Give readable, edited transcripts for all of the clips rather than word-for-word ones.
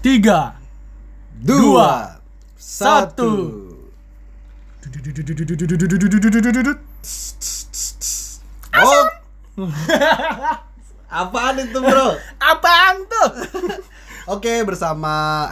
3, 2, 1. Oh. Apaan itu, bro? Apaan tuh? Oke, bersama.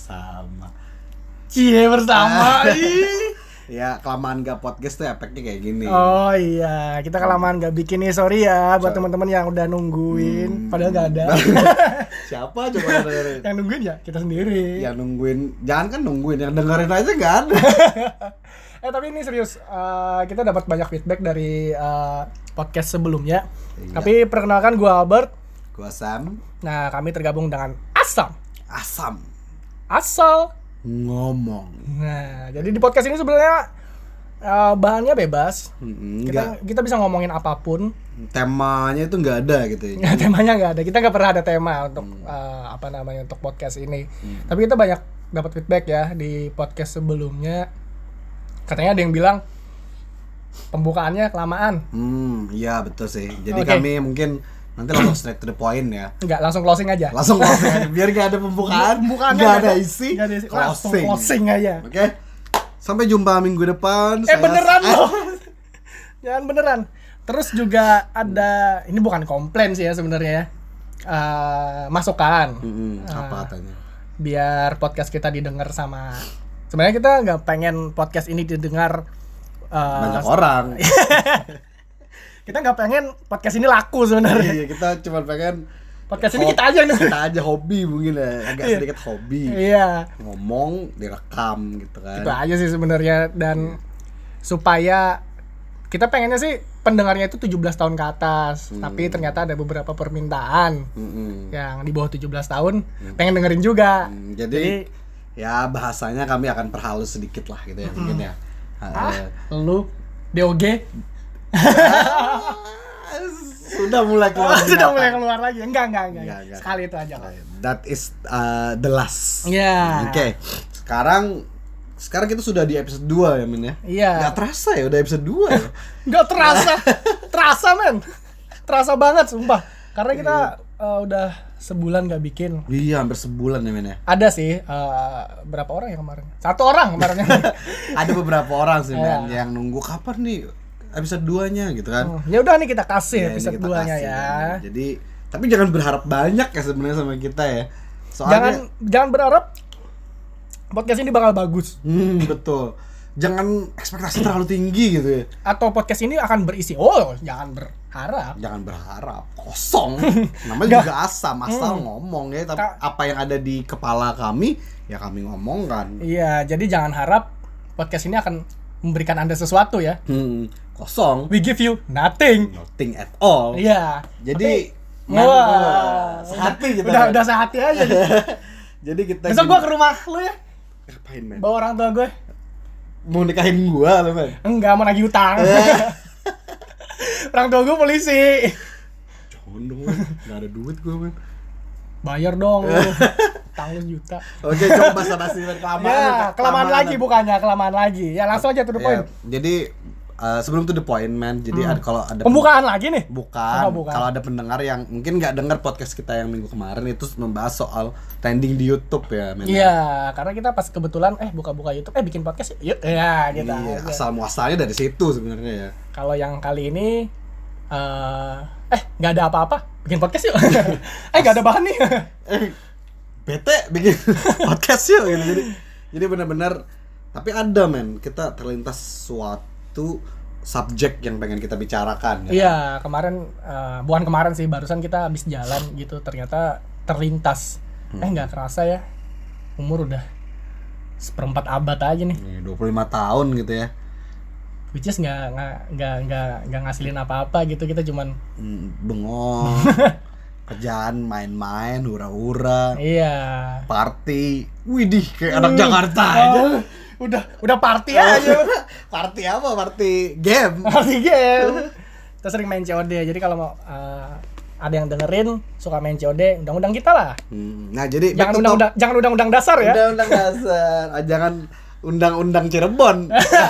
Cie bersama. Ya, kelamaan gak podcast tuh efeknya kayak gini. Oh iya, kita kelamaan gak bikin nih, sorry ya buat teman-teman yang udah nungguin, padahal gak ada. Siapa coba dengerin? Yang nungguin ya kita sendiri. Yang nungguin, jangan kan nungguin, yang dengerin aja gak ada. Tapi ini serius, kita dapat banyak feedback dari podcast sebelumnya. Iya. Tapi perkenalkan gue Albert. Gua Sam. Nah, kami tergabung dengan Asam. Asal Ngomong. Nah, jadi di podcast ini sebenarnya bahannya bebas. Kita bisa ngomongin apapun. Temanya itu nggak ada gitu ya. Temanya nggak ada. Kita nggak pernah ada tema untuk untuk podcast ini. Tapi kita banyak dapat feedback ya di podcast sebelumnya. Katanya ada yang bilang pembukaannya kelamaan. Iya betul sih. Jadi Okay. kami mungkin nanti langsung straight to the point ya. Enggak, langsung closing aja. Langsung closing aja. Biar gak ada pembukaan, gak ada isi, langsung closing aja. Oke. Sampai jumpa minggu depan. Beneran loh. Jangan beneran. Terus juga ada, ini bukan komplain sih ya sebenarnya ya. Masukan. Apa katanya? Biar podcast kita didengar sama, sebenarnya kita nggak pengen podcast ini didengar Banyak orang. Kita nggak pengen podcast ini laku sebenarnya. Iya, kita cuma pengen Podcast ini kita aja nih. Kita aja hobi mungkin ya, agak sedikit hobi. Iya. Ngomong, direkam gitu kan. Itu aja sih sebenarnya, dan supaya kita pengennya sih pendengarnya itu 17 tahun ke atas. Tapi ternyata ada beberapa permintaan yang di bawah 17 tahun pengen dengerin juga. Jadi ya bahasanya kami akan perhalus sedikit lah gitu ya mungkin ya. Lu DOG Sudah mulai keluar. sudah mulai keluar lagi. Enggak. Sekali itu aja kok. That is the last. Iya. Oke. Sekarang kita sudah di episode 2 ya, Min ya. Iya. Gak terasa ya udah episode 2 ya. Enggak terasa. Terasa, men. Terasa banget sumpah. Karena kita udah sebulan gak bikin. Iya, hampir sebulan ya, Min ya. Ada sih berapa orang ya kemarin? 1 orang kemarin. Ada beberapa orang sih, Men, yang nunggu kapan nih episode 2-nya gitu kan. Ya udah nih kita kasih Ya, episode ini kita 2-nya kasih, ya. kan. Jadi, tapi jangan berharap banyak ya sebenarnya sama kita ya. Soalnya Jangan berharap podcast ini bakal bagus betul. Jangan ekspektasi terlalu tinggi gitu ya. atau podcast ini akan berisi. Oh, jangan berharap. Jangan berharap kosong. Namanya juga asal ngomong ya. Tapi apa yang ada di kepala kami ya kami ngomongkan. Iya, jadi jangan harap podcast ini akan memberikan Anda sesuatu ya. Kosong. We give you nothing. Nothing at all. Iya. Jadi sehati gitu. Udah sehati aja. Jadi kita Besok gua ke rumah lu ya. ngapain, Men? Bawa orang tua gue. Mau nikahin gua lu, Men? Enggak, mau nagih utang. Orang tua gue polisi. Jangan dong, Men. Nggak ada duit gua, Men. Bayar dong. Utang lu juta. Oke, coba basa-basi kelamaan. Ya, kelamaan lagi. Ya, langsung aja to the point. Jadi sebelum to the point, man. Jadi kalau ada Pembukaan lagi nih? Bukan. Bukan. Kalau ada pendengar yang mungkin nggak dengar podcast kita yang minggu kemarin itu membahas soal trending di YouTube ya, men. Iya, karena kita pas kebetulan buka-buka YouTube, bikin podcast yuk. Ya, gitu. Iya, asal muasalnya dari situ sebenarnya ya. Kalau yang kali ini nggak ada apa-apa, bikin podcast yuk. Nggak ada bahan nih. Bete bikin podcast yuk gitu. Jadi benar-benar tapi ada, men. Kita terlintas suatu subjek yang pengen kita bicarakan. Iya, bukan kemarin sih, barusan kita habis jalan gitu, ternyata terlintas. Nggak kerasa ya, umur udah 1/4 abad aja nih. 25 tahun gitu ya. Which is nggak ngasilin apa-apa gitu, kita cuman bengong. Kerjaan main-main, hura-hura. Iya. Party. Widih, kayak anak Jakarta aja. Udah party aja. Party apa? Party game. Party game. Kita sering main COD. Jadi kalau mau ada yang dengerin suka main COD, undang-undang kita lah. Nah, jadi jangan undang-undang dasar ya. Undang-undang dasar. Jangan undang-undang Cirebon.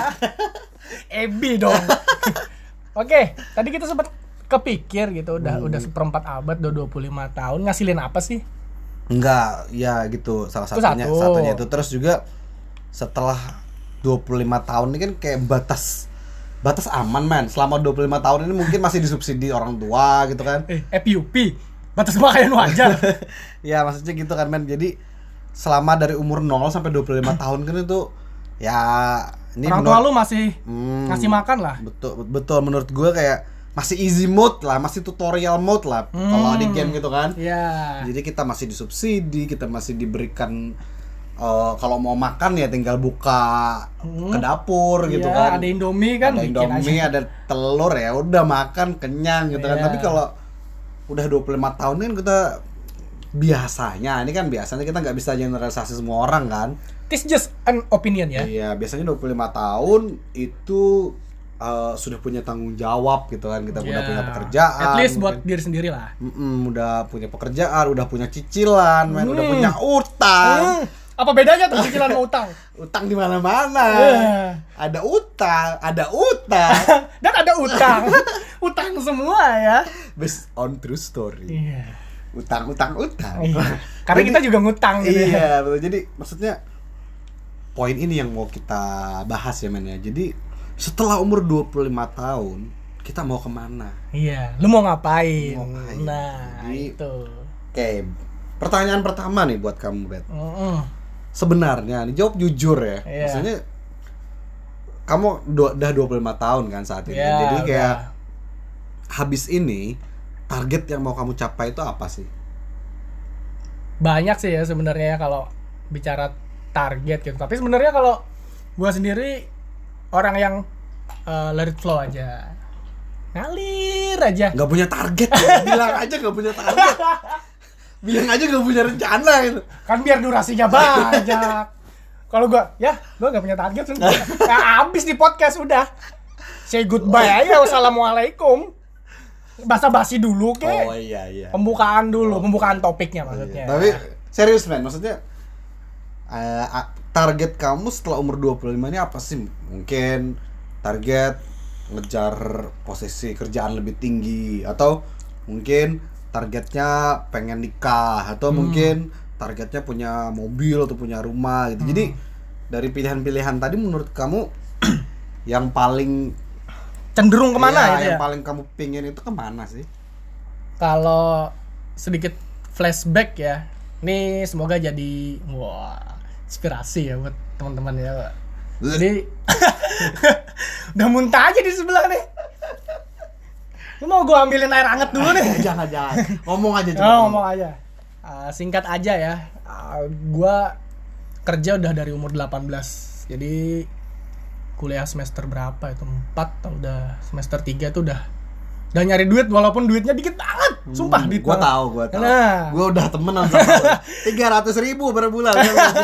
Ebi dong. Oke, tadi kita sempat kepikir gitu, udah 1/4 abad, udah 25 tahun, ngasilin apa sih? Enggak, ya gitu salah Itu satunya. satu. Satunya itu terus juga setelah 25 tahun ini kan kayak batas aman man. Selama 25 tahun ini mungkin masih disubsidi orang tua gitu kan. FUP, batas pemakaian wajar. Ya maksudnya gitu kan man. Jadi selama dari umur 0 sampai 25 tahun kan itu ya ini Orang tua lu masih ngasih makan lah. Betul menurut gue kayak masih easy mode lah, masih tutorial mode lah kalau di game gitu kan. Iya. Jadi kita masih disubsidi, kita masih diberikan kalau mau makan ya tinggal buka ke dapur gitu kan. Ada Indomie kan, ada bikin Indomie, aja. ada telur ya udah makan kenyang gitu kan. Iya. Tapi kalau udah 25 tahun kan kita biasanya kita nggak bisa generalisasi semua orang kan. This just an opinion ya. Iya, biasanya 25 tahun itu sudah punya tanggung jawab gitu kan. Kita udah punya pekerjaan. At least mungkin. buat diri sendiri lah. Udah punya pekerjaan, udah punya cicilan, udah punya utang. Apa bedanya tuh cicilan sama utang? Utang di mana-mana. Ada utang. Dan ada utang. Utang semua ya. Based on true story. Iya. Utang. Karena kita juga ngutang gitu ya. Iya, betul. Jadi maksudnya poin ini yang mau kita bahas ya men ya. Jadi setelah umur 25 tahun kita mau kemana? Iya, lu mau ngapain? Jadi, itu. Oke, pertanyaan pertama nih buat kamu Bet. Sebenarnya nih jawab jujur ya. Iya. Maksudnya kamu udah 25 tahun kan saat ini. Iya, Jadi kayak udah. habis ini target yang mau kamu capai itu apa sih? Banyak sih ya sebenarnya kalau bicara target gitu. Tapi sebenarnya kalau gua sendiri orang yang let it flow aja. Ngalir aja. Nggak punya target ya. Bilang aja nggak punya target. Bilang aja nggak punya rencana gitu. Kan biar durasinya banyak. Kalau gua nggak punya target kan. Habis di podcast udah. Say goodbye aja. Wassalamualaikum. Basa-basi dulu kek. Oh iya. Pembukaan dulu, pembukaan topiknya maksudnya. Tapi serius men, maksudnya target kamu setelah umur 25 ini apa sih? Mungkin target ngejar posisi kerjaan lebih tinggi, atau mungkin targetnya pengen nikah, atau mungkin targetnya punya mobil atau punya rumah gitu. Jadi dari pilihan-pilihan tadi menurut kamu yang paling cenderung kemana gitu yang ya? paling kamu pingin itu kemana sih? Kalau sedikit flashback ya, ini semoga jadi inspirasi ya buat teman-teman ya, Pak. Jadi udah muntah aja di sebelah nih. Lu mau gua ambilin air hangat dulu nih? Jangan. Ngomong aja Ngomong aja. Singkat aja ya. Gua kerja udah dari umur 18. Jadi kuliah semester berapa itu? 4 atau udah semester 3 tuh udah nyari duit walaupun duitnya dikit banget. Sumpah duit Gua banget. tahu. Nah. Gua udah temenan sama lu. 300.000 per bulan.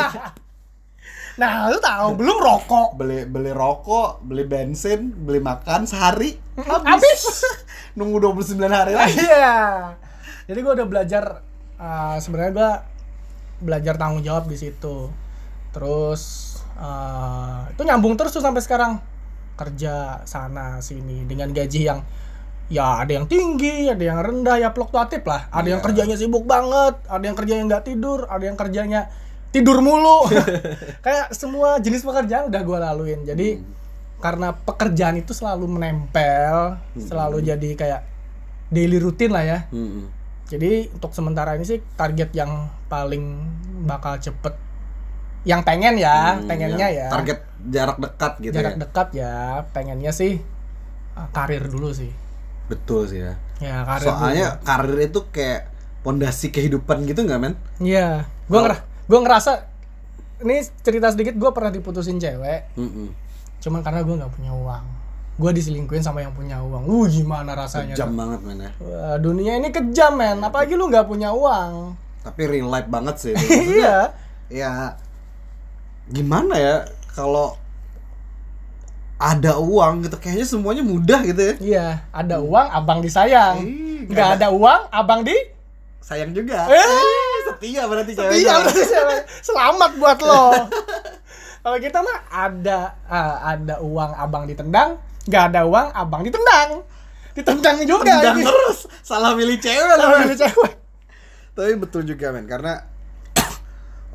Nah, lu tahu belum rokok. Beli rokok, beli bensin, beli makan sehari Habis. Nunggu 29 hari lagi. Iya. Jadi gue udah belajar sebenarnya gue belajar tanggung jawab di situ. Terus itu nyambung terus tuh sampai sekarang. Kerja sana sini dengan gaji yang ya ada yang tinggi, ada yang rendah, ya fluktuatif lah. Ada yang kerjanya sibuk banget, ada yang kerjanya nggak tidur, ada yang kerjanya tidur mulu. Kayak semua jenis pekerjaan udah gue laluin. Jadi karena pekerjaan itu selalu menempel, selalu jadi kayak daily routine lah ya. Jadi untuk sementara ini sih target yang paling bakal cepet, yang pengen ya, pengennya ya. Target jarak dekat gitu jarak dekat ya, pengennya sih karir dulu sih. Betul sih ya. Ya karir. Soalnya karir itu kayak pondasi kehidupan gitu nggak men? Iya, gue ngerasa ini cerita sedikit, gue pernah diputusin cewek. Cuman karena gue nggak punya uang, gue diselingkuhin sama yang punya uang. Gimana rasanya? Kejam tuh? banget men ya. Wah, dunia ini kejam men, apalagi lu nggak punya uang. Tapi real life banget sih. Iya. Ya gimana ya kalau ada uang gitu, kayaknya semuanya mudah gitu ya. Iya, ada uang abang disayang. Nggak Nggak ada uang abang di sayang juga. Setia berarti iya ceweknya. berarti selamat buat lo. Kalau kita mah ada uang abang ditendang, nggak ada uang abang ditendang juga. Tendang terus. Salah milih cewek. Salah milih cewek. Tapi betul juga men, karena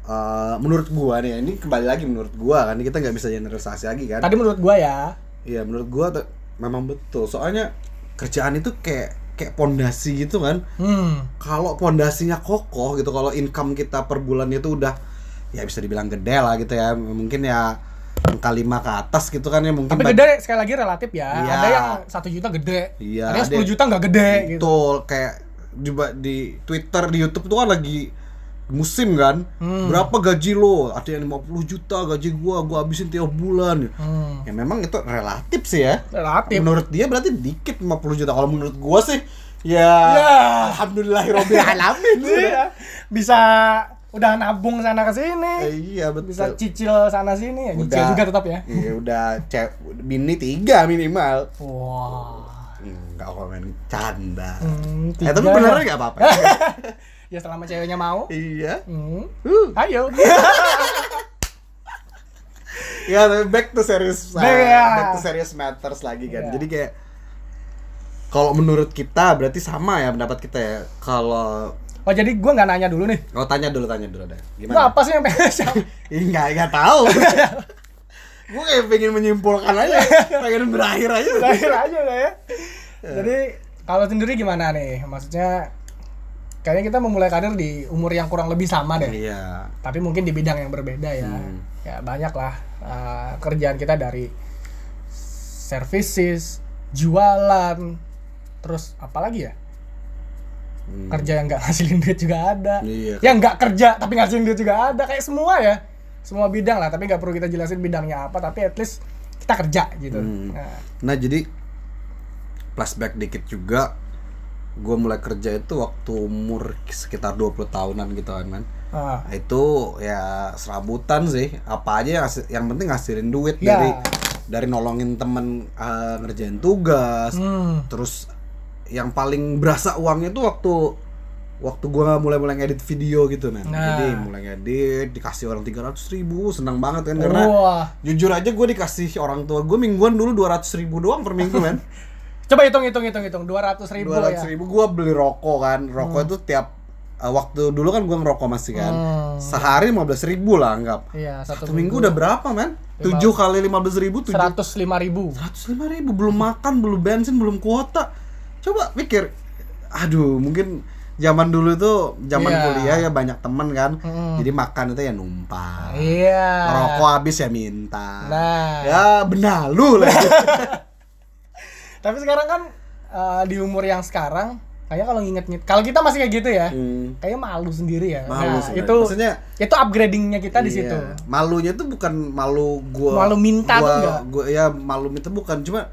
menurut gua nih, ini kembali lagi menurut gua kan, kita nggak bisa generalisasi lagi kan. Tadi menurut gua ya. Iya, menurut gua memang betul. Soalnya kerjaan itu kayak pondasi gitu kan. Kalau pondasinya kokoh gitu, kalau income kita per bulan itu udah ya bisa dibilang gede lah gitu ya. Mungkin ya angka 5 ke atas gitu kan ya mungkin. Tapi gede sekali lagi relatif ya. Iya. Ada yang 1 juta gede. Iya, ada yang 10 juta nggak gede gitu. Betul, kayak di Twitter, di YouTube tuh kan lagi musim kan. Berapa gaji lo? Ada yang 50 juta gaji gua habisin tiap bulan. Ya memang itu relatif sih ya. Relatif. Menurut dia berarti dikit 50 juta. Kalau menurut gua sih ya, alhamdulillahirabbil alamin. Iya. Bisa udah nabung sana ke sini. Iya, betul. Bisa cicil sana sini ya. Cicil Udah. juga tetap ya. Iya, udah bini 3 minimal. Wah. Enggak kok men, canda. 3 tapi beneran enggak apa-apa. Ya selama ceweknya mau. Iya. Ayo. Ya, tapi back to serious matters lagi kan. Iya. Jadi kayak kalau menurut kita berarti sama ya pendapat kita ya. Kalau Oh jadi gue nggak nanya dulu nih. tanya dulu deh. Lu Gimana? apa sih yang pengen siapa? Enggak tahu. Gue kayak pengen menyimpulkan aja, pengen berakhir aja. Terakhir aja lah ya. Jadi kalau sendiri gimana nih? Maksudnya kayaknya kita memulai karir di umur yang kurang lebih sama deh. Iya. Tapi mungkin di bidang yang berbeda ya. Ya banyak lah kerjaan kita dari services, jualan, terus apa lagi ya? Kerja yang nggak ngasilin duit juga ada. Iya. Yang nggak kerja tapi ngasilin duit juga ada. Kayak semua ya. Semua bidang lah. Tapi nggak perlu kita jelasin bidangnya apa. Tapi at least kita kerja gitu. Nah jadi flashback dikit juga, gue mulai kerja itu waktu umur sekitar 20 tahunan gitu kan man. Nah, itu ya serabutan sih, apa aja yang penting ngasilin duit. Dari nolongin temen ngerjain tugas. Terus yang paling berasa uangnya tuh waktu gue mulai ngedit video gitu man. Jadi mulai ngedit, dikasih orang 300.000, senang banget kan. Karena jujur aja gue dikasih orang tua gue mingguan dulu 200.000 doang per minggu man. Coba hitung 200.000 ya. 200.000 gue beli rokok kan. Rokok itu tiap waktu dulu kan gue ngerokok masih kan. Sehari 15.000 lah anggap. Iya, satu minggu udah berapa man? 7 kali 15.000 105.000. 105.000 belum makan, belum bensin, belum kuota. Coba pikir, aduh mungkin zaman dulu tuh kuliah ya banyak temen kan. Jadi makan itu ya numpang. Iya. Rokok habis ya minta. Nah. Ya benalu lah. Tapi sekarang kan di umur yang sekarang kayak kalau nginget kalau kita masih kayak gitu ya, kayaknya malu sendiri ya. Malu itu maksudnya itu upgradingnya kita di situ. Malunya tuh bukan malu gua. Malu minta tuh enggak? Gua ya malu minta bukan, cuma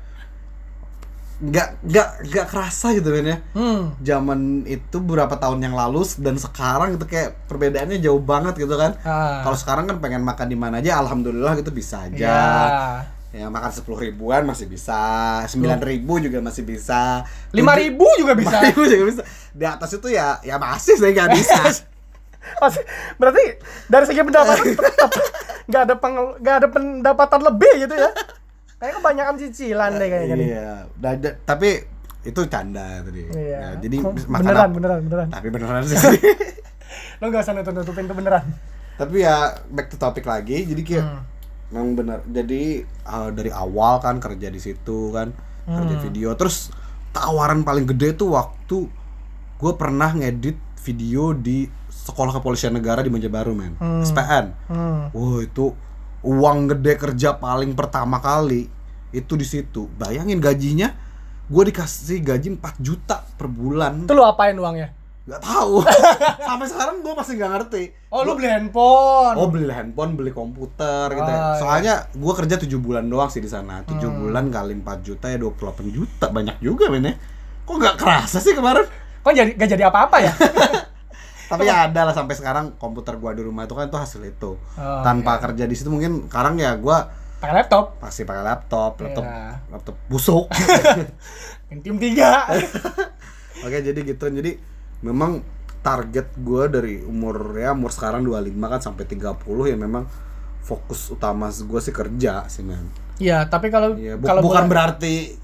nggak kerasa gitu kan ya. Zaman itu beberapa tahun yang lalu dan sekarang itu kayak perbedaannya jauh banget gitu kan. Kalau sekarang kan pengen makan di mana aja alhamdulillah gitu bisa aja. Ya makan 10 ribuan masih bisa, 9 ribu juga masih bisa, 5 ribu juga bisa. 5 ribu juga bisa. Di atas itu ya masih saya nggak bisa. Berarti dari segi pendapatan tetap nggak ada pendapatan lebih gitu ya. Kayaknya kebanyakan cicilan deh kayaknya. Iya, tapi itu canda tadi. Iya. Ya, jadi makan beneran. Tapi beneran sih. Lo nggak usah nutupin itu beneran. Tapi ya back to topic lagi. Jadi kayak memang benar. Jadi dari awal kan kerja di situ kan, kerja video. Terus tawaran paling gede tuh waktu gue pernah ngedit video di Sekolah Kepolisian Negara di Banjarbaru men, SPN. Wow itu uang gede kerja paling pertama kali itu di situ. Bayangin gajinya, gue dikasih gaji 4 juta per bulan. Itu lo apain uangnya? Gak tahu. Sampai sekarang gue masih nggak ngerti. Oh lu beli handphone? Oh beli handphone, beli komputer gitu ya. Soalnya gue kerja 7 bulan doang sih di sana. 7 bulan kali 4 juta ya 28 juta, banyak juga men ya. Kok nggak kerasa sih kemarin? Kok gak jadi apa-apa ya? Tapi ya ada lah sampai sekarang komputer gua di rumah itu kan itu hasil itu. Tanpa kerja di situ mungkin sekarang ya gua pakai laptop. pasti pakai laptop busuk. Pentium 3. Oke, jadi gitu. Jadi memang target gua dari umur sekarang 25 kan sampai 30 ya memang fokus utama gua sih kerja sih men. Iya, tapi kalau bukan berarti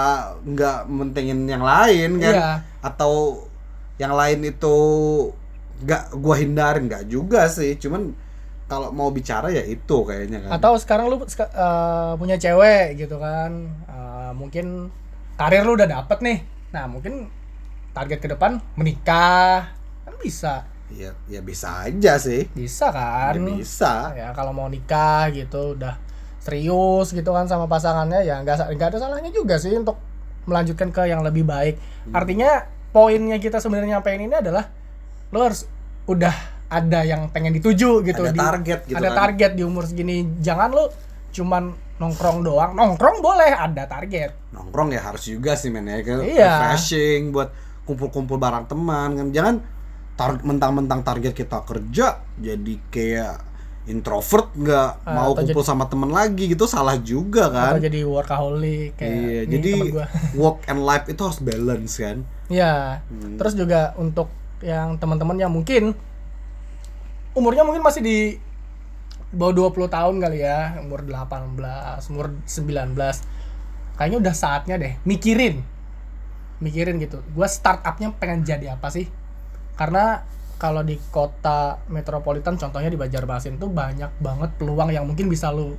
nggak mentingin yang lain kan. Atau yang lain itu nggak gua hindarin, nggak juga sih, cuman kalau mau bicara ya itu kayaknya kan. Atau sekarang lu punya cewek gitu kan, mungkin karir lu udah dapet nih, nah mungkin target ke depan menikah kan bisa. Ya bisa aja sih. Bisa kan? Ya bisa. Ya kalau mau nikah gitu udah serius gitu kan sama pasangannya, ya nggak ada salahnya juga sih untuk melanjutkan ke yang lebih baik. Artinya poinnya kita sebenarnya nyampein ini adalah lo harus udah ada yang pengen dituju gitu, Ada target gitu ada kan. target di umur segini. Jangan lo cuman nongkrong doang. Nongkrong boleh, ada target. Nongkrong ya harus juga sih men ya kan. Iya. Refreshing buat kumpul-kumpul bareng teman kan. Jangan mentang-mentang target kita kerja jadi kayak introvert, nggak mau kumpul sama teman lagi gitu, salah juga kan. Atau jadi workaholic kayak Iya, nih, jadi temen gua. work and life itu harus balance kan. Iya. Terus juga untuk yang teman-teman yang mungkin umurnya mungkin masih di bawah 20 tahun kali ya, umur 18, umur 19. Kayaknya udah saatnya deh mikirin gitu. Gua startupnya pengen jadi apa sih? Karena kalau di kota metropolitan, contohnya di Banjarmasin tuh banyak banget peluang yang mungkin bisa lu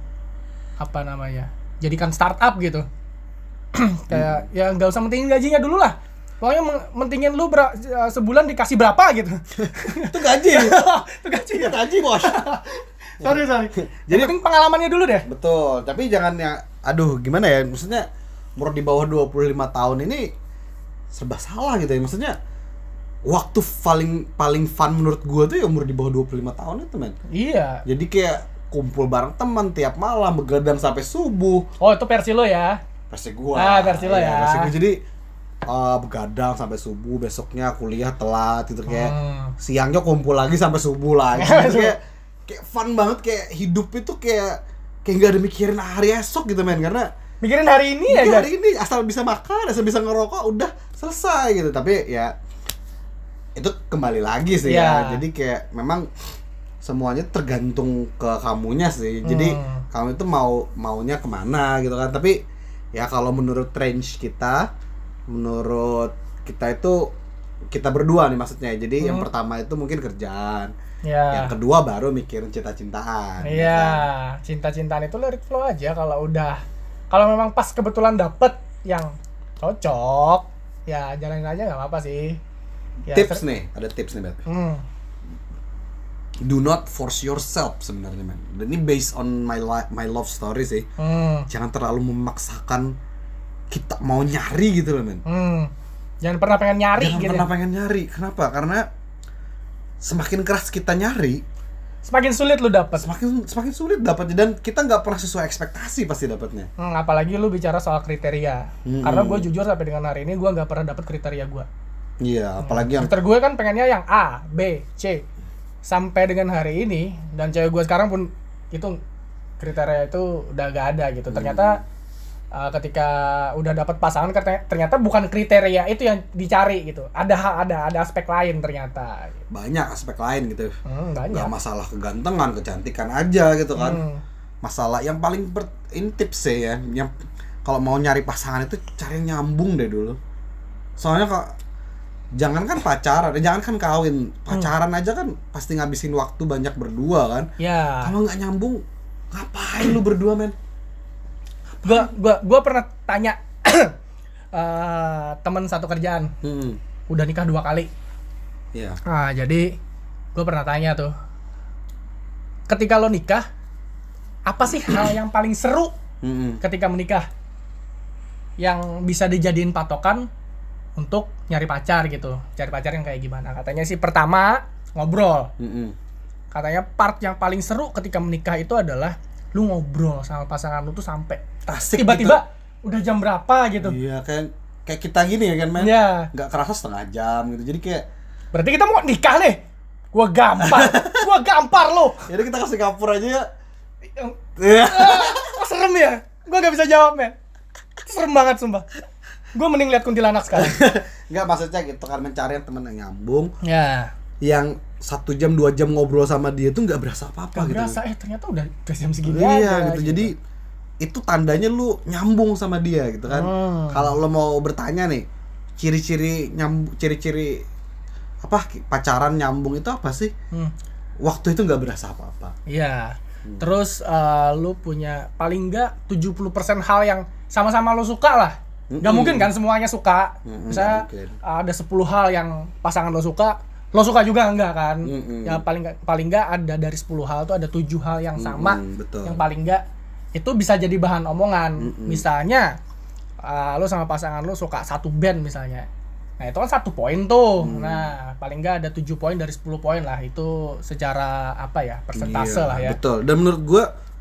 jadikan startup gitu. Kayak ya nggak usah mentingin gajinya dulu lah. Pokoknya mentingin lu sebulan dikasih berapa gitu. Itu gaji. Itu gaji ya? Gaji bos. sorry. Jadi penting pengalamannya dulu deh. betul, tapi jangan yang gimana ya, maksudnya umur di bawah 25 tahun ini serba salah gitu ya. Maksudnya waktu paling fun menurut gua tuh ya umur di bawah 25 tahun itu men. Iya. Jadi kayak kumpul bareng teman tiap malam, begadang sampai subuh. Oh, itu versi lo ya. Versi gua. Versi lo ya. Versi gua jadi begadang sampai subuh, besoknya kuliah telat gitu kayak siangnya kumpul lagi sampai subuh lagi. Gitu, kayak fun banget, kayak hidup itu kayak nggak ada mikirin hari esok gitu men, karena mikirin hari ini aja. Hari ini asal bisa makan, asal bisa ngerokok udah selesai gitu. Tapi ya itu kembali lagi sih ya. Jadi kayak memang semuanya tergantung ke kamunya sih. Jadi kamu itu maunya kemana gitu kan. Tapi ya kalau menurut range kita, menurut kita itu kita berdua nih maksudnya. Jadi yang pertama itu mungkin kerjaan. Yang kedua baru mikirin cinta-cintaan. Iya, kan? Cinta-cintaan itu let it flow aja. Kalau memang pas kebetulan dapet yang cocok, ya jalanin aja nggak apa-apa sih. Ya, tips nih, ada tips nih Bet. Do not force yourself sebenarnya man. Dan ini based on my love story sih. Jangan terlalu memaksakan kita mau nyari gitu loh men. Jangan pernah pengen nyari. Pengen nyari. Kenapa? Karena semakin keras kita nyari, semakin sulit lu dapat. Semakin sulit dapatnya, dan kita nggak pernah sesuai ekspektasi pasti dapatnya. Apalagi lu bicara soal kriteria. Karena gue jujur sampai dengan hari ini gue nggak pernah dapet kriteria gue. Iya, apalagi yang kriteria gue kan pengennya yang A, B, C. Sampai dengan hari ini, dan cewek gue sekarang pun itu kriteria itu udah gak ada gitu. Ternyata ketika udah dapet pasangan, ternyata bukan kriteria itu yang dicari gitu. Ada aspek lain ternyata. Banyak aspek lain gitu. Banyak. Gak masalah kegantengan, kecantikan aja gitu kan. Masalah yang paling ini tips ya, yang kalau mau nyari pasangan itu cari yang nyambung deh dulu. Soalnya jangan kan pacaran, jangan kan kawin, pacaran aja kan pasti ngabisin waktu banyak berdua kan. Ya. Kalau nggak nyambung, ngapain lu berdua men? Gua pernah tanya teman satu kerjaan, udah nikah 2 kali. Iya. Jadi gua pernah tanya tuh, ketika lo nikah, apa sih hal yang paling seru ketika menikah, yang bisa dijadiin patokan untuk nyari pacar gitu, cari pacar yang kayak gimana? Katanya sih pertama ngobrol. Katanya part yang paling seru ketika menikah itu adalah lu ngobrol sama pasangan lu tuh sampai tiba-tiba gitu. Udah jam berapa gitu. Iya, kayak kita gini ya kan men. Iya. Nggak kerasa setengah jam gitu. Jadi kayak berarti kita mau nikah nih. Gua gampar lu. Jadi kita ke Singapura aja ya. Serem ya. Gua nggak bisa jawab men. Serem banget sumpah. Gue mending lihat kuntilanak sekarang. Enggak, maksudnya gitu kan, mencari yang teman yang nyambung. Ya. Yang 1 jam 2 jam ngobrol sama dia tuh nggak berasa apa-apa gitu. Nggak berasa, ternyata udah jam segini aja. Gitu. Jadi itu tandanya lu nyambung sama dia gitu kan. Kalau lo mau bertanya nih, ciri-ciri pacaran nyambung itu apa sih? Waktu itu nggak berasa apa-apa. Iya. Terus lu punya paling nggak 70% hal yang sama-sama lu suka lah. Nggak mungkin kan semuanya suka. Misalnya ada 10 hal yang pasangan lo suka juga enggak kan? Ya paling nggak ada dari 10 hal tuh ada 7 hal yang sama. Betul. Yang paling nggak itu bisa jadi bahan omongan. Misalnya lu sama pasangan lu suka satu band misalnya. Nah itu kan 1 poin tuh. Nah paling nggak ada 7 poin dari 10 poin lah. Itu secara persentase lah ya. Betul. Dan menurut gue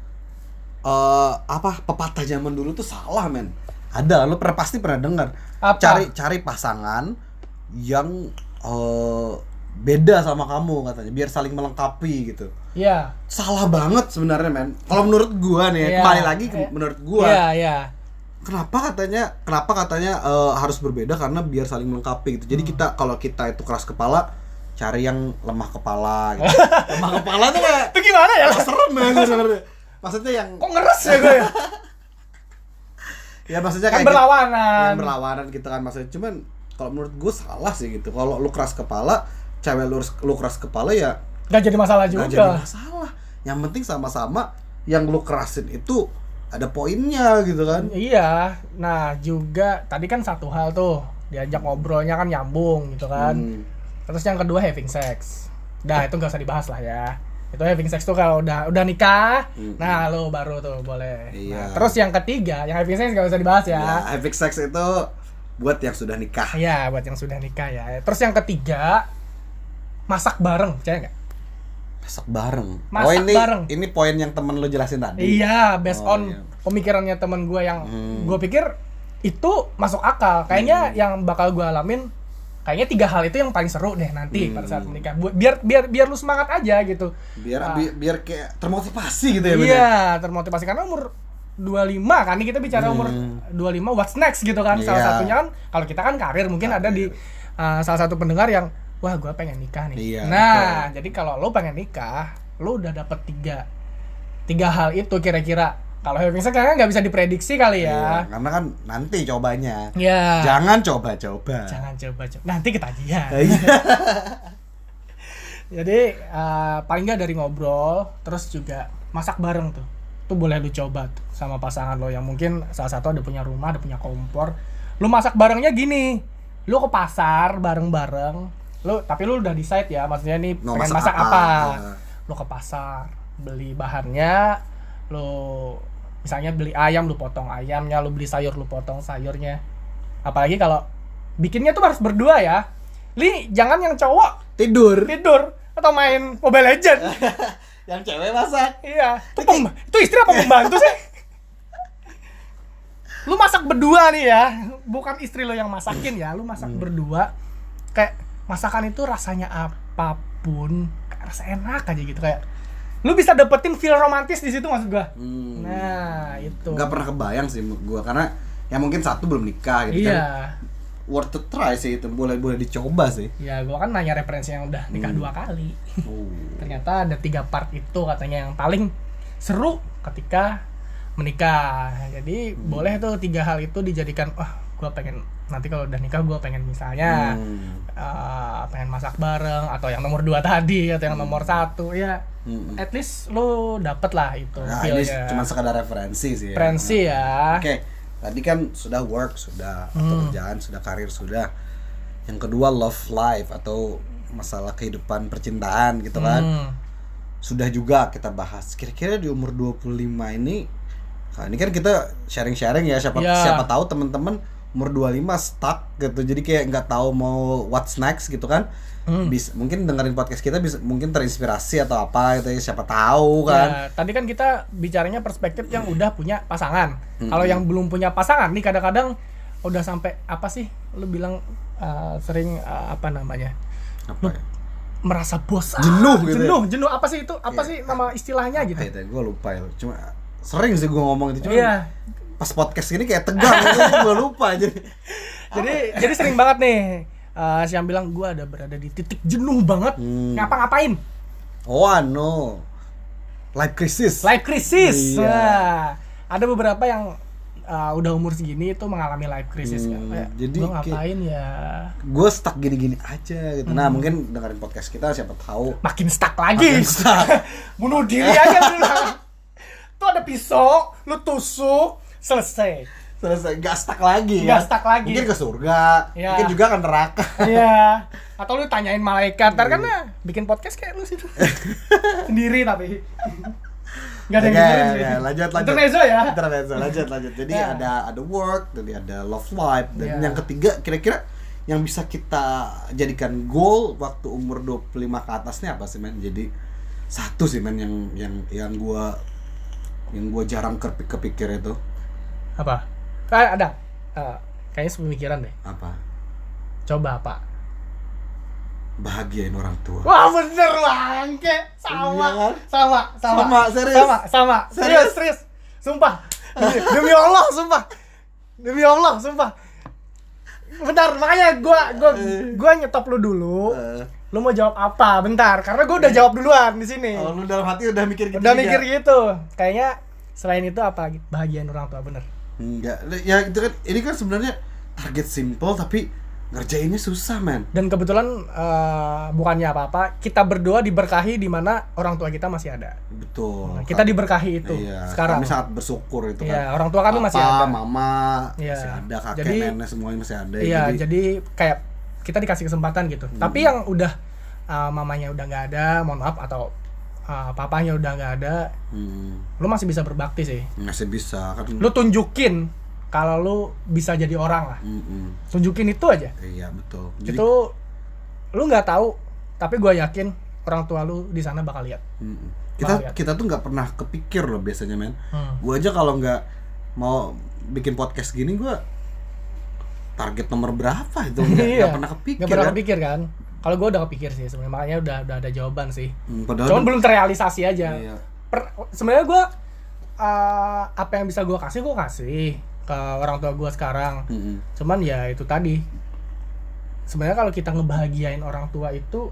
pepatah zaman dulu tuh salah men. Ada, lu pasti pernah dengar. Cari pasangan yang beda sama kamu katanya, biar saling melengkapi gitu. Iya. Salah banget sebenarnya men. Kalau menurut gue nih, kembali lagi menurut gue. Iya. Kenapa katanya harus berbeda karena biar saling melengkapi gitu. Jadi kalau kita itu keras kepala, cari yang lemah kepala gitu. Lemah kepala tuh kayak itu gimana ya? Serem banget sebenarnya. Maksudnya yang kok ngeres ya gue ya? Ya maksudnya kayak berlawanan. Yang berlawanan gitu kan maksudnya. Cuman kalau menurut gue salah sih gitu. Kalau lu keras kepala, cewek lu keras kepala ya gak jadi masalah juga. Gak jadi masalah. Yang penting sama-sama yang lu kerasin itu ada poinnya gitu kan. Iya. Nah juga tadi kan satu hal tuh, diajak ngobrolnya kan nyambung gitu kan. Terus yang kedua having sex. Nah itu gak usah dibahas lah ya. Itu having sex tuh kalau udah nikah, nah lo baru tuh boleh. Iya. Nah, terus yang ketiga, yang having sex gak usah dibahas ya. Having sex itu buat yang sudah nikah. Iya, buat yang sudah nikah ya. Terus yang ketiga, masak bareng, percaya nggak? Masak bareng. Bareng. Ini poin yang temen lo jelasin tadi. Iya, based on pemikirannya temen gue yang gue pikir itu masuk akal. Kayaknya yang bakal gue alamin, kayaknya 3 hal itu yang paling seru deh nanti pada saat menikah. Biar lu semangat aja gitu. Biar kayak termotivasi gitu ya. Iya, termotivasi karena umur 25 kan nih kita bicara umur 25 what's next gitu kan. Salah satunya kan kalau kita kan karir mungkin ada di salah satu pendengar yang wah gue pengen nikah nih. Nah betul. Jadi kalau lo pengen nikah, lo udah dapet 3 hal itu kira-kira. Kalau having sex kan nggak bisa diprediksi kali ya. Karena kan nanti cobanya. Iya. Jangan coba-coba. Nanti ketagihan. Jadi paling nggak dari ngobrol, terus juga masak bareng tuh. Tuh boleh lu coba tuh sama pasangan lo yang mungkin salah satu ada punya rumah, ada punya kompor. Lu masak barengnya gini. Lu ke pasar bareng-bareng. Tapi lu udah decide ya, maksudnya nih pengen masak apa. Lu ke pasar, beli bahannya, lu misalnya beli ayam, lu potong ayamnya, lu beli sayur, lu potong sayurnya. Apalagi kalau bikinnya tuh harus berdua ya. Jangan yang cowok tidur atau main Mobile Legend. Yang cewek masak. Iya. Itu istri apa pembantu sih? Lu masak berdua nih ya, bukan istri lo yang masakin ya, lu masak berdua. Kayak masakan itu rasanya apapun, kayak rasa enak aja gitu, kayak lu bisa dapetin feel romantis di situ maksud gua. Nah, itu. Nggak pernah kebayang sih gua karena yang mungkin satu belum nikah gitu kan. Worth to try sih itu, boleh dicoba sih. Ya, gua kan nanya referensi yang udah nikah 2 kali. Ternyata ada 3 part itu katanya yang paling seru ketika menikah. Jadi boleh tuh 3 hal itu dijadikan gua pengen nanti kalau udah nikah gua pengen misalnya pengen masak bareng atau yang nomor 2 tadi atau yang nomor 1 ya. At least lu dapet lah itu. Nah, ini cuma sekadar referensi sih ya. Referensi ya. Oke. Tadi kan sudah work, sudah atau kerjaan, sudah karir, sudah. Yang kedua love life atau masalah kehidupan percintaan gitu kan. Sudah juga kita bahas. Kira-kira di umur 25 ini, nah ini kan kita sharing-sharing ya, siapa tahu teman-teman umur 25 stuck gitu. Jadi kayak nggak tahu mau what's next gitu kan. Mungkin dengerin podcast kita bisa mungkin terinspirasi atau apa gitu ya, siapa tahu kan. Ya, tadi kan kita bicaranya perspektif yang udah punya pasangan. Kalau yang belum punya pasangan nih kadang-kadang udah sampai apa sih? Lu bilang sering apa namanya? Apa ya? Merasa bosan. Jenuh apa sih itu? Apa sih nama istilahnya gitu? Gue lupa ya. Cuma sering sih gue ngomong itu cuma. Iya. Pas podcast gini kayak tegang gue lupa jadi sering banget nih yang bilang gue ada berada di titik jenuh banget ngapa-ngapain. No life crisis. Iya. Nah, ada beberapa yang udah umur segini itu mengalami life crisis kan. Kayak, jadi gue ngapain ya? Gue stuck gini-gini aja gitu. Nah mungkin dengerin podcast kita siapa tahu Makin stuck lagi. makin stuck. Bunuh diri aja bilang. Tuh ada pisau, lu tusuk, selesai. Gak stuck lagi Gak stuck lagi. Mungkin ke surga, Ya. mungkin juga ke neraka. Iya. Atau lu tanyain malaikat, ntar kan bikin podcast kayak lu situ. Sendiri tapi. Gak ada yang dengerin sih. Lanjut. Intermezzo ya. Lanjut. Jadi Ya. ada work, jadi ada love life, dan Ya. yang ketiga kira-kira yang bisa kita jadikan goal waktu umur 25 ke atasnya apa sih men? Jadi satu sih men yang gua jarang kepikir itu. Apa? Ada. Kayaknya sepemikiran deh. Apa? Coba apa? Bahagiain orang tua. Wah bener bangke. Sama. Sama, serius? Sama. Serius. Sumpah. Demi Allah, sumpah. Bentar, makanya gua nyetop lu dulu. Lu mau jawab apa? Bentar, karena gua udah jawab duluan di sini. Oh, lu dalam hati udah mikir gitu. Udah mikir gitu. Kayaknya selain itu apa lagi? Bahagiain orang tua, bener. Enggak. Ya itu kan ini kan sebenarnya target simple tapi ngerjainnya susah, man. Dan kebetulan bukannya apa-apa, kita berdua diberkahi di mana orang tua kita masih ada. Betul. Nah, kita diberkahi itu sekarang. Kami sangat bersyukur itu kan. Iya, orang tua kami masih ada. Mama Iya. masih ada, kakek, Jadi, nenek semuanya masih ada. Iya, jadi kayak kita dikasih kesempatan gitu. Tapi yang udah mamanya udah nggak ada, mohon maaf, atau papanya udah nggak ada, lu masih bisa berbakti sih. masih bisa kan. Lu tunjukin kalau lu bisa jadi orang lah. Tunjukin itu aja. Iya, betul. Jadi, Itu lu nggak tahu, tapi gue yakin orang tua lu di sana bakal lihat. kita tuh nggak pernah kepikir loh biasanya, men. Gue aja kalau nggak mau bikin podcast gini, gue target nomor berapa itu nggak pernah kepikir. Nggak pernah kepikir kan? Kalau gue udah kepikir sih sebenarnya, makanya udah ada jawaban sih. Padahal Cuman belum terrealisasi aja. Iya. Sebenarnya gue apa yang bisa gue kasih ke orang tua gue sekarang. Cuman ya itu tadi. Sebenarnya kalau kita ngebahagiain orang tua itu,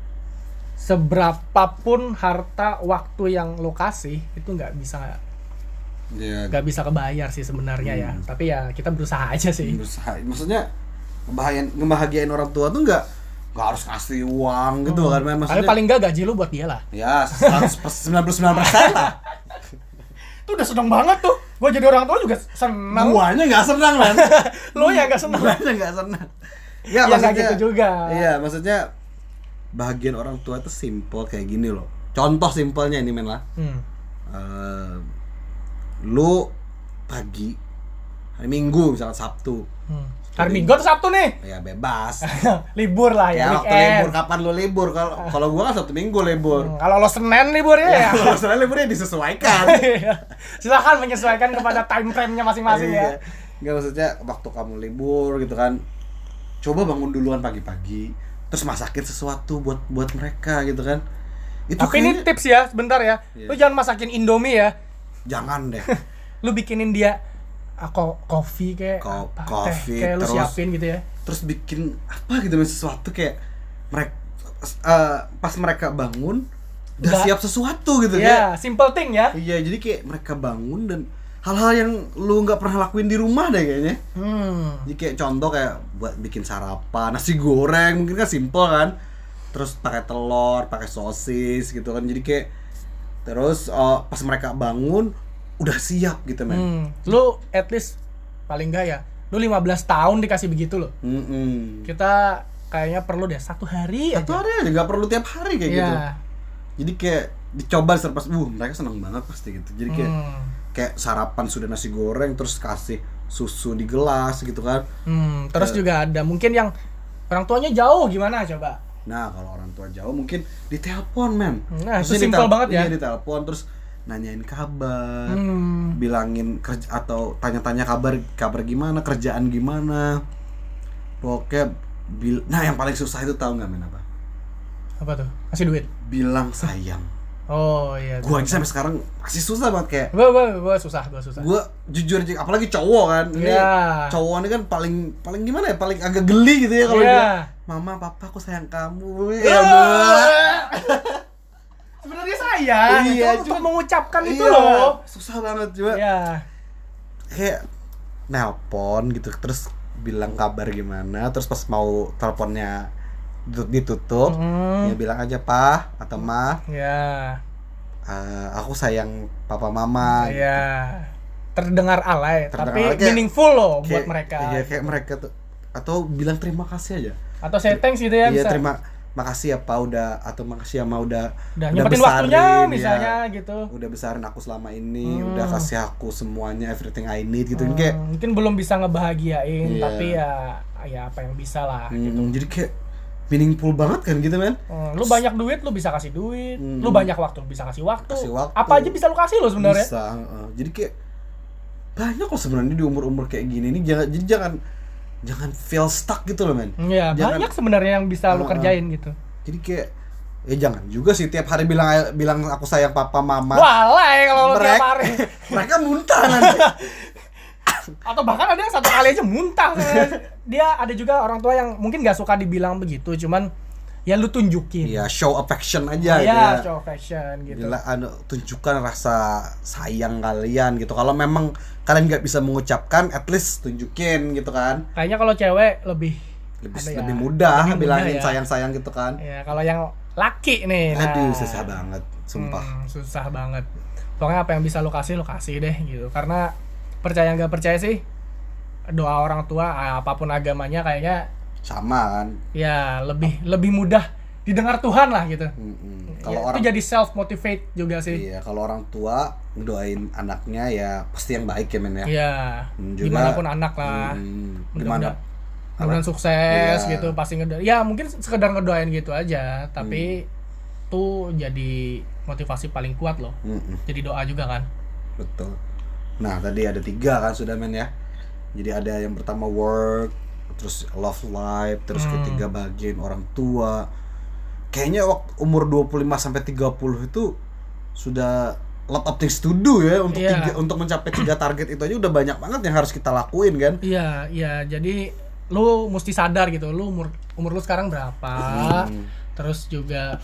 seberapapun harta waktu yang lo kasih itu nggak bisa kebayar sih sebenarnya ya. Tapi ya kita berusaha aja sih. Berusaha. Maksudnya ngebahagiain orang tua tuh nggak harus kasih uang gitu kan, men. Tapi Maksudnya paling nggak gaji lu buat dia lah. ya 99% lah. Itu udah seneng banget tuh. Gua jadi orang tua juga seneng. Guanya nggak senang, men. Lo ya nggak seneng. Guanya nggak senang. Ya, Ya nggak gitu juga. Iya, maksudnya bahagian orang tua itu simple kayak gini loh. Contoh simpelnya ini, men lah. Lu pagi hari Minggu misalnya Sabtu. Hari Minggu atau Sabtu nih? Ya bebas. Libur lah ya, Ya waktu weekend. libur, kapan lu libur? Kalau gua kan Sabtu Minggu libur. Kalau lo Senin libur ya. Kalau misalnya liburnya disesuaikan. Silakan menyesuaikan kepada time frame-nya masing-masing ya. Enggak, maksudnya waktu kamu libur gitu kan. Coba bangun duluan pagi-pagi, terus masakin sesuatu buat mereka gitu kan. Itu Tapi ini tips ya, sebentar ya. Iya. Lu jangan masakin Indomie ya. jangan deh. Lu bikinin dia kopi kayak Coffee, kayak lu terus siapin gitu ya. Terus bikin apa gitu, sesuatu kayak mereka pas mereka bangun udah Udah. siap sesuatu gitu Ya, simple thing ya. Iya, jadi kayak mereka bangun dan hal-hal yang lu nggak pernah lakuin di rumah deh kayaknya. Jadi kayak contoh kayak buat bikin sarapan, nasi goreng mungkin kan simple kan. Terus pakai telur, pakai sosis gitu kan. Jadi kayak terus pas mereka bangun udah siap gitu, men. Lu at least paling enggak ya, lu 15 tahun dikasih begitu loh. Kita kayaknya perlu deh satu hari Satu aja. hari aja, nggak perlu tiap hari kayak gitu. Iya. Jadi kayak dicoba serpas, mereka seneng banget pasti gitu. Jadi kayak sarapan sudah nasi goreng, terus kasih susu di gelas gitu kan. Terus juga ada mungkin yang orang tuanya jauh, gimana coba? Nah, kalau orang tua jauh mungkin ditelepon, men. Nah, itu Maksudnya simple banget ya. Iya, ditelepon terus nanyain kabar, bilangin kerja atau tanya-tanya kabar gimana, kerjaan gimana. Pokoknya nah yang paling susah itu tahu nggak, men, apa? Apa tuh? Kasih duit. Bilang sayang. Oh iya. Gua aja sampai sekarang masih susah banget kayak. Gua susah. Gua jujur aja, apalagi cowok kan. Ini cowok ini kan paling gimana ya? Paling agak geli gitu ya kalau dia. Mama, papa, aku sayang kamu. Ya, sebenarnya sayang. Iya, Cuma untuk mengucapkan itu iya, loh. susah banget juga. Iya. Kayak nelpon gitu, terus bilang kabar gimana, terus pas mau teleponnya ditutup, ya bilang aja Pak atau Ma, Ya. Aku sayang papa mama. Ya. Terdengar alay, Terdengar tapi alay, kayak- meaningful loh buat Kayak- mereka. Iya, kayak mereka tuh, atau bilang terima kasih aja. Atau say thanks gitu ya, Iya, bisa. makasih ya Pak udah, atau makasih ya Ma udah Nyempetin waktunya besarin, misalnya ya, gitu. udah besarin aku selama ini, udah kasih aku semuanya, everything I need gitu. Kayak Mungkin belum bisa ngebahagiain, Iya. tapi ya apa yang bisa lah. jadi kayak meaningful banget kan gitu men. Lu banyak duit, lu bisa kasih duit. Lu banyak waktu, lu bisa kasih waktu. Kasih waktu. Apa aja bisa lu kasih lo sebenarnya. Bisa, jadi kayak banyak kok sebenarnya di umur-umur kayak gini nih, jangan feel stuck gitu loh men. Iya, Jangan- banyak sebenarnya yang bisa lu kerjain gitu. Jadi kayak jangan juga sih tiap hari bilang aku sayang papa mama. Walai kalau lu tiap hari. Mereka muntah nanti. Atau bahkan ada yang satu kali aja muntah. Dia ada juga orang tua yang mungkin gak suka dibilang begitu, cuman ya lu tunjukin. Iya, show affection aja gitu Ya, ya. show fashion gitu. Gila, tunjukkan rasa sayang kalian gitu. Kalau memang kalian nggak bisa mengucapkan, at least tunjukin gitu kan. Kayaknya kalau cewek lebih Lebih mudah lebih bilangin mudah ya. sayang-sayang gitu kan. Ya, kalau yang laki nih, Aduh, susah banget, sumpah. Susah banget. Pokoknya apa yang bisa lu kasih deh gitu. Karena percaya nggak percaya sih, doa orang tua apapun agamanya kayaknya Sama kan. ya lebih mudah didengar Tuhan lah gitu. Kalau Itu jadi self motivate juga sih. Iya, kalau orang tua ngedoain anaknya ya pasti yang baik ya men ya. Iya. Juga- Dimanapun anak lah. Gimana? Mudah-mudahan sukses Iya. gitu, pasti ngedoain. Ya mungkin sekedar ngedoain gitu aja, tapi tuh jadi motivasi paling kuat loh. Jadi doa juga kan. Betul. Nah, tadi ada 3 kan sudah men ya. Jadi ada yang pertama work, terus love life, terus ketiga bagian orang tua. Kayaknya waktu umur 25 sampai 30 itu sudah lot of things to do ya untuk Iya. untuk mencapai 3 target itu aja udah banyak banget yang harus kita lakuin kan. Iya, iya. Jadi lu mesti sadar gitu, lu umur lu sekarang berapa. Terus juga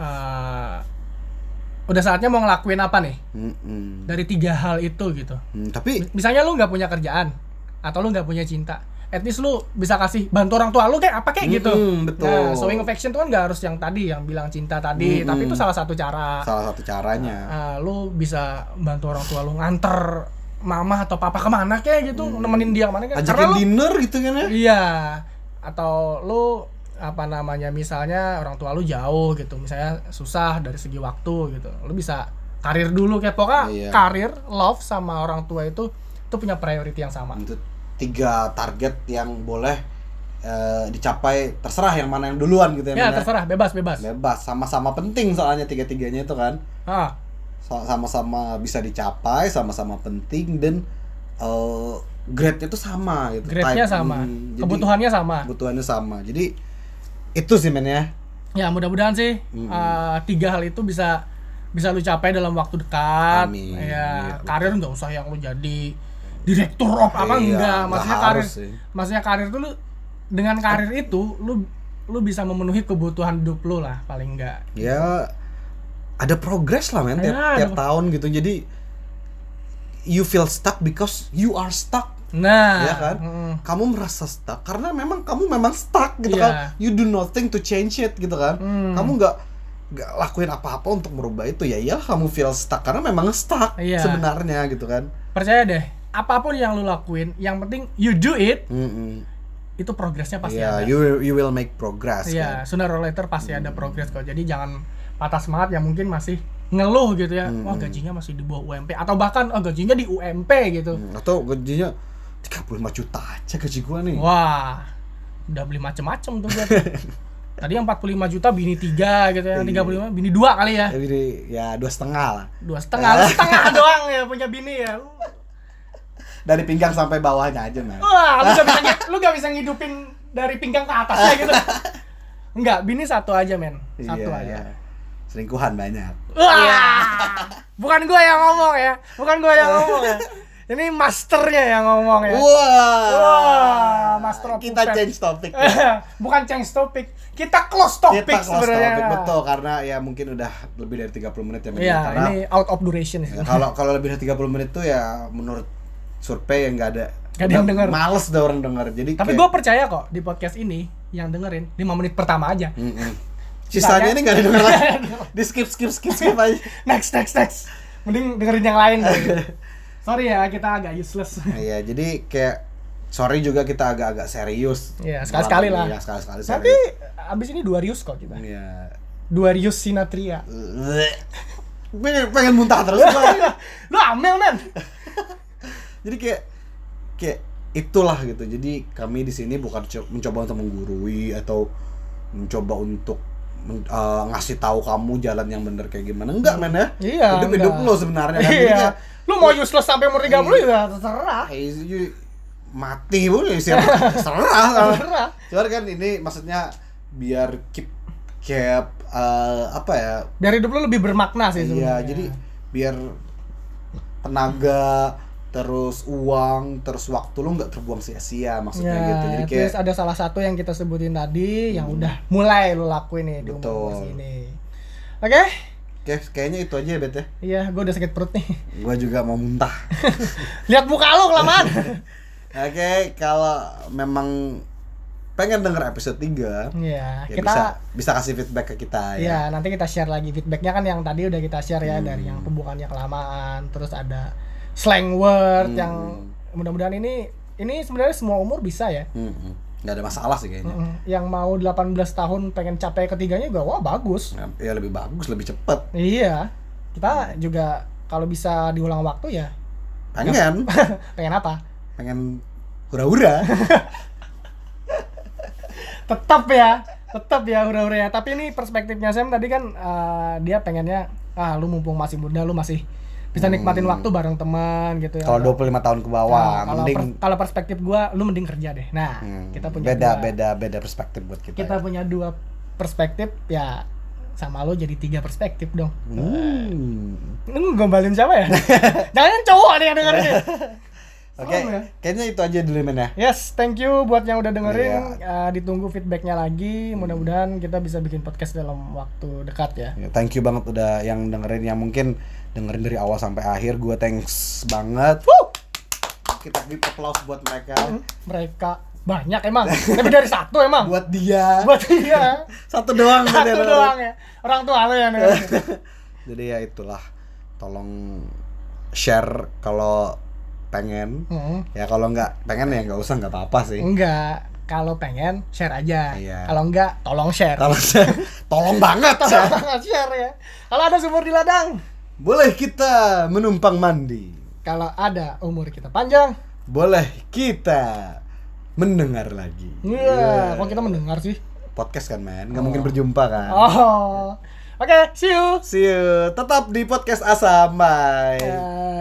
udah saatnya mau ngelakuin apa nih? Dari 3 hal itu gitu. Tapi Misalnya lu nggak punya kerjaan atau lu nggak punya cinta, at least lu bisa kasih bantu orang tua lu kayak apa kayak gitu. betul. Nah, showing affection tuh kan nggak harus yang tadi yang bilang cinta tadi, tapi itu salah satu cara. salah satu caranya. Lu bisa bantu orang tua lu nganter mama atau papa kemana kayak gitu, nemenin dia kemana kayak. Ajakin dinner gitu kan ya. Iya. Atau lu apa namanya, misalnya orang tua lu jauh gitu, misalnya susah dari segi waktu gitu, lu bisa karir dulu kayak pokoknya. Iya. Karir, love sama orang tua itu punya priority yang sama. Itu 3 target yang boleh dicapai, terserah yang mana yang duluan gitu ya. Ya Men, terserah, bebas. bebas, sama-sama penting soalnya 3-tiganya itu kan. Sama-sama bisa dicapai, sama-sama penting, dan grade-nya tuh sama gitu. Grade-nya sama, kebutuhannya sama. Kebutuhannya sama. Jadi itu sih men ya. Ya mudah-mudahan sih 3 hal itu bisa lu capai dalam waktu dekat. Amin. Ya, karir nggak usah yang lu jadi direktur of apa, Iya, enggak. nggak Maksudnya harus karir, sih. maksudnya karir tuh lu dengan karir itu lu bisa memenuhi kebutuhan hidup lu lah paling enggak. Ya ada progress lah men tiap tahun gitu. Jadi you feel stuck because you are stuck. Nah, Ya kan? Kamu merasa stuck karena kamu memang stuck gitu kan. You do nothing to change it gitu kan. Kamu nggak lakuin apa-apa untuk merubah itu. Ya kamu feel stuck karena memang stuck sebenarnya gitu kan. Percaya deh, apapun yang lu lakuin, yang penting you do it. Itu progresnya pasti ada. You will make progress Iya, kan. sooner or later pasti ada progress kok. Jadi jangan patah semangat yang mungkin masih ngeluh gitu ya. Wah, gajinya masih di bawah UMP atau bahkan gajinya di UMP gitu. Atau gajinya 35 juta aja gaji gua nih. Wah, udah beli macem-macem tuh gua. Tadi yang 45 juta bini 3 gitu, yang 35 bini 2 kali ya. Jadi ya 2,5 lah. 2,5, lu setengah doang ya punya bini ya. Dari pinggang sampai bawahnya aja man. Wah, lu gak bisa ngidupin dari pinggang ke atasnya gitu. Enggak, bini 1 aja men. 1 aja. Selingkuhan banyak. Wah, bukan gua yang ngomong ya. Ini masternya yang ngomong ya. Wah, master of Kita puppet. change topik. Bukan change topik. Kita close topic Kita close sebenarnya. topic, betul, karena ya mungkin udah lebih dari 30 menit ya. Iya, Karena ini out of duration. ya, kalau lebih dari 30 menit tuh ya menurut survei yang nggak ada yang denger. Males dah orang denger. Jadi tapi gue percaya kok di podcast ini yang dengerin 5 menit pertama aja. Sisanya ini nggak ada denger lagi. Di skip aja. Next. Mending dengerin yang lain. Sorry ya, kita agak useless. Iya, jadi kayak sorry juga kita agak-agak serius. Iya, sekali-sekali lah. Iya, sekali-sekali serius. Tapi abis ini 2 rius kok kita. Iya. 2 rius Sinatria. Pengen muntah terus gua. Lu amel, men. Jadi kayak itulah gitu. Jadi kami di sini bukan mencoba untuk menggurui atau mencoba untuk ngasih tahu kamu jalan yang benar kayak gimana. Enggak, men ya. Iya. Hidup lo sebenarnya kan. Iya. Lu mau useless sampai umur 30 ya terserah. Mati pun ya siapa terserah. Terserah. Cuman kan ini maksudnya biar keep apa ya? Biar hidup lu lebih bermakna sih sebenarnya. Iya, jadi biar tenaga terus uang, terus waktu lu nggak terbuang sia-sia maksudnya ya, gitu. Jadi kayak terus ada salah satu yang kita sebutin tadi yang udah mulai lu lakuin nih di umur ini. Oke, kayaknya itu aja ya, Bet ya. Iya, gue udah sakit perut nih. Gua juga mau muntah. Lihat muka lu kelamaan. Oke, kalau memang pengen denger episode 3, ya kita bisa kasih feedback ke kita ya. Iya, nanti kita share lagi feedbacknya kan yang tadi udah kita share ya dari yang pembukaannya kelamaan, terus ada slang word yang mudah-mudahan ini sebenarnya semua umur bisa ya. Nggak ada masalah sih kayaknya. Yang mau 18 tahun pengen capai ketiganya juga wah bagus. Ya lebih bagus, lebih cepet. Iya. Kita juga kalau bisa diulang waktu ya pengen. pengen apa? Pengen hura-hura. tetap ya hura-hura ya. Tapi ini perspektifnya Sam tadi kan dia pengennya lu mumpung masih muda lu masih bisa nikmatin waktu bareng teman gitu ya. Kalau 25 tahun ke bawah, mending kalau perspektif gua lu mending kerja deh. Nah, kita punya beda perspektif buat kita. Kita punya 2 perspektif ya, sama lu jadi 3 perspektif dong. Lu gombalin siapa ya? Jangan cowok nih yang dengerin. Oke, kayaknya itu aja dulu men ya. Yes, thank you buat yang udah dengerin. Ditunggu feedbacknya lagi. Mudah-mudahan kita bisa bikin podcast dalam waktu dekat ya. Thank you banget udah yang dengerin, yang mungkin dengerin dari awal sampai akhir. Gue thanks banget. Kita beri applause buat mereka. Mereka banyak emang. Lebih dari 1 emang. Buat dia. Satu doang. Satu doang ya. Orang tua lo ya. Jadi ya itulah. Tolong share kalau pengen. Ya kalau nggak pengen ya nggak usah, nggak apa-apa sih. Enggak. Kalau pengen share aja. Iya. Kalau enggak tolong share. Tolong banget. Tolong banget share ya. Kalau ada sumur di ladang, boleh kita menumpang mandi. Kalau ada umur kita panjang, boleh kita mendengar lagi. Iya. Kok kita mendengar sih? Podcast kan men, nggak mungkin berjumpa kan. Oke, see you. Tetap di podcast Asam. Bye.